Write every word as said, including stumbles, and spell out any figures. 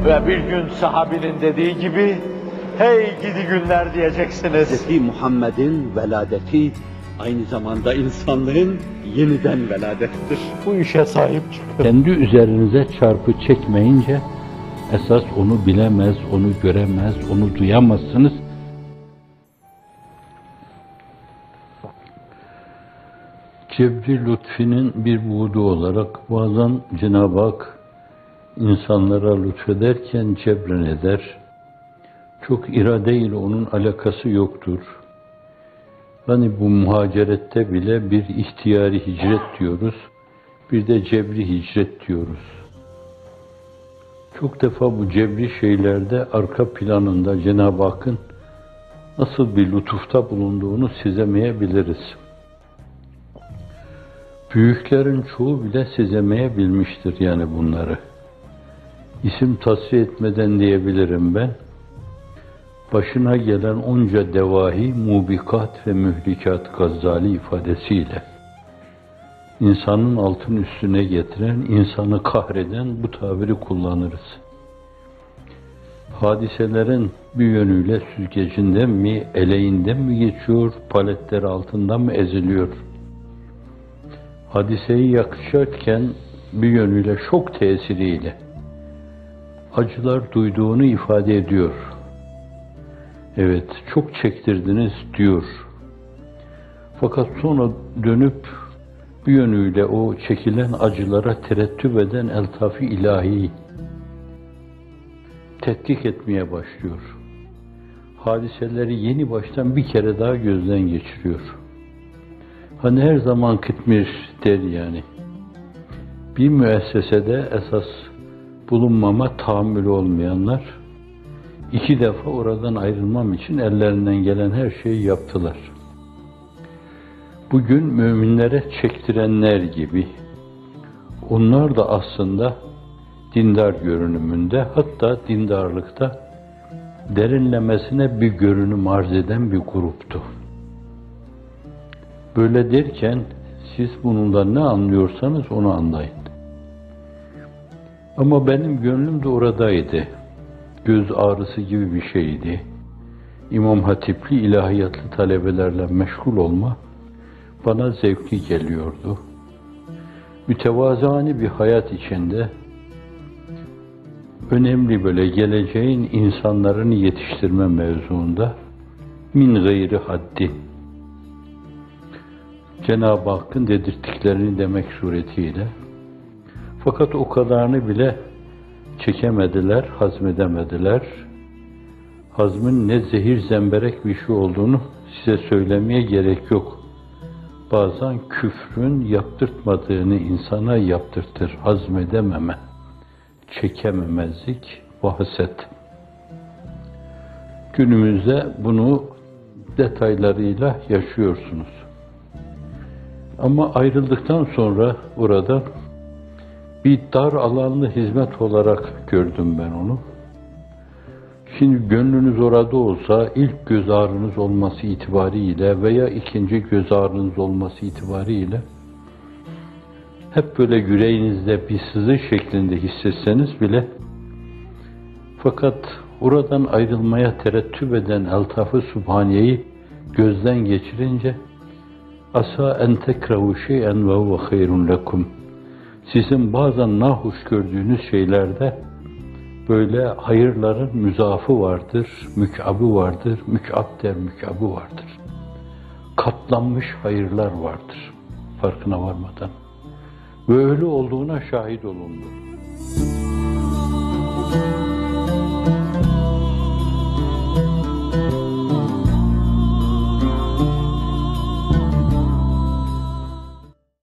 Ve bir gün sahabinin dediği gibi, hey gidi günler diyeceksiniz. Hazreti Muhammed'in veladeti aynı zamanda insanlığın yeniden veladettir. Bu işe sahip çıkın. Kendi üzerinize çarpı çekmeyince, esas onu bilemez, onu göremez, onu duyamazsınız. Cebri lütfinin bir buğdu olarak bazen Cenab-ı Hak insanlara lütfederken cebren eder. Çok iradeyle onun alakası yoktur. Hani bu muhacerette bile bir ihtiyari hicret diyoruz, bir de cebri hicret diyoruz. Çok defa bu cebri şeylerde arka planında Cenab-ı Hakk'ın nasıl bir lütufta bulunduğunu sezemeyebiliriz. Büyüklerin çoğu bile sezemeyebilmiştir yani bunları. İsim tasfiye etmeden diyebilirim ben. Başına gelen onca devahi, mubikat ve mühlikat Gazali ifadesiyle insanın altın üstüne getiren, insanı kahreden bu tabiri kullanırız. Hadiselerin bir yönüyle süzgecinden mi, eleğinden mi geçiyor, paletler altından mı eziliyor? Hadiseyi yakışırken bir yönüyle şok tesiriyle acılar duyduğunu ifade ediyor. Evet, çok çektirdiniz diyor. Fakat sonra dönüp bir yönüyle o çekilen acılara terettüp eden eltaf-ı ilahi tetkik etmeye başlıyor. Hadiseleri yeni baştan bir kere daha gözden geçiriyor. Hani her zaman kıtmir der yani. Bir müessesede esas bulunmama tahammülü olmayanlar iki defa oradan ayrılmam için ellerinden gelen her şeyi yaptılar. Bugün müminlere çektirenler gibi onlar da aslında dindar görünümünde, hatta dindarlıkta derinlemesine bir görünüm arz eden bir gruptu. Böyle derken siz bununla ne anlıyorsanız onu anlayın. Ama benim gönlüm de oradaydı. Göz ağrısı gibi bir şeydi. İmam Hatipli, ilahiyatlı talebelerle meşgul olma bana zevkli geliyordu. Mütevazani bir hayat içinde önemli böyle geleceğin insanlarını yetiştirme mevzuunda min gayri haddi Cenab-ı Hakk'ın dedirttiklerini demek suretiyle, fakat o kadarını bile çekemediler, hazmedemediler. Hazmın ne zehir zemberek bir şey olduğunu size söylemeye gerek yok. Bazen küfrün yaptırtmadığını insana yaptırtır, hazmedememe, çekememezlik, vahset. Günümüzde bunu detaylarıyla yaşıyorsunuz. Ama ayrıldıktan sonra orada bir dar alanlı hizmet olarak gördüm ben onu. Şimdi gönlünüz orada olsa, ilk göz ağrınız olması itibariyle veya ikinci göz ağrınız olması itibariyle hep böyle yüreğinizde bir sızı şeklinde hissetseniz bile, fakat oradan ayrılmaya terettüp eden eltaf-ı Sübhaniye'yi gözden geçirince asa en tekrahu şey'en ve huve hayrun lekum. Sizin bazen nahoş gördüğünüz şeylerde böyle hayırların müzafı vardır, mükabı vardır, mükab der mükabı vardır. Katlanmış hayırlar vardır, farkına varmadan. Ve öyle olduğuna şahit olundu.